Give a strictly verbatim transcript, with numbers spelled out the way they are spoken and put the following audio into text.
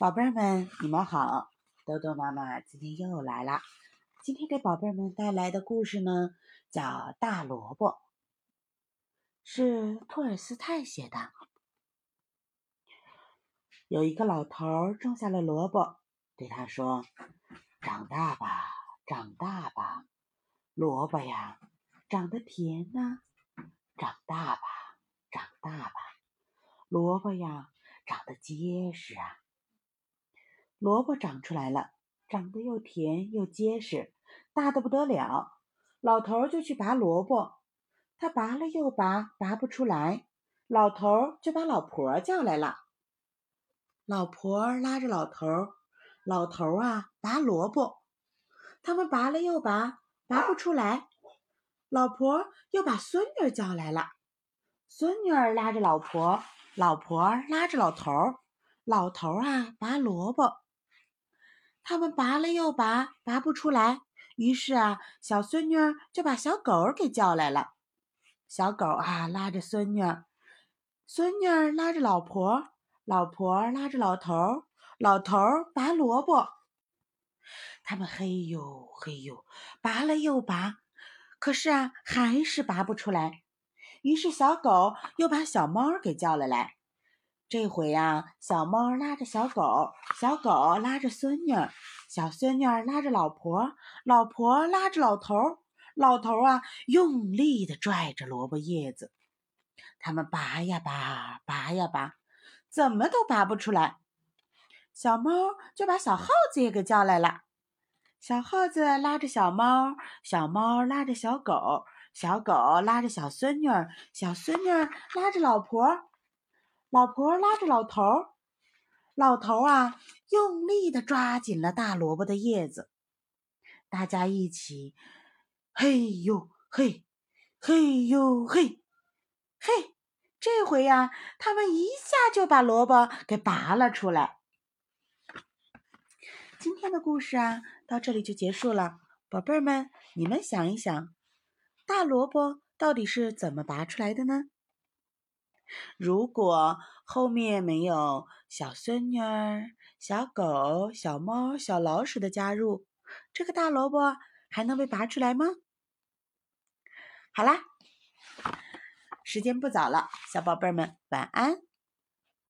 宝贝儿们，你们好！豆豆妈妈今天又来了。今天给宝贝儿们带来的故事呢，叫《大萝卜》，是托尔斯泰写的。有一个老头种下了萝卜，对他说：“长大吧，长大吧，萝卜呀，长得甜呢；长大吧，长大吧，萝卜呀，长得结实啊。”萝卜长出来了，长得又甜又结实，大得不得了。老头就去拔萝卜，他拔了又拔，拔不出来。老头就把老婆叫来了。老婆拉着老头，老头啊拔萝卜，他们拔了又拔，拔不出来。老婆又把孙女叫来了。孙女拉着老婆，老婆拉着老头，老头啊拔萝卜。他们拔了又拔，拔不出来。于是啊，小孙女就把小狗给叫来了。小狗啊拉着孙女，孙女拉着老婆，老婆拉着老头，老头拔萝卜。他们嘿呦嘿呦，拔了又拔，可是啊，还是拔不出来。于是小狗又把小猫给叫了来。这回啊，小猫拉着小狗，小狗拉着孙女，小孙女拉着老婆，老婆拉着老头，老头啊用力地拽着萝卜叶子。他们拔呀拔，拔呀拔，怎么都拔不出来。小猫就把小耗子也给叫来了。小耗子拉着小猫，小猫拉着小狗，小狗拉着小孙女，小孙女拉着老婆，老婆拉着老头，老头啊用力地抓紧了大萝卜的叶子。大家一起嘿呦嘿，嘿呦嘿，嘿，这回呀，他们一下就把萝卜给拔了出来。今天的故事啊，到这里就结束了。宝贝儿们，你们想一想，大萝卜到底是怎么拔出来的呢？如果后面没有小孙女、小狗、小猫、小老鼠的加入，这个大萝卜还能被拔出来吗？好啦，时间不早了，小宝贝儿们晚安。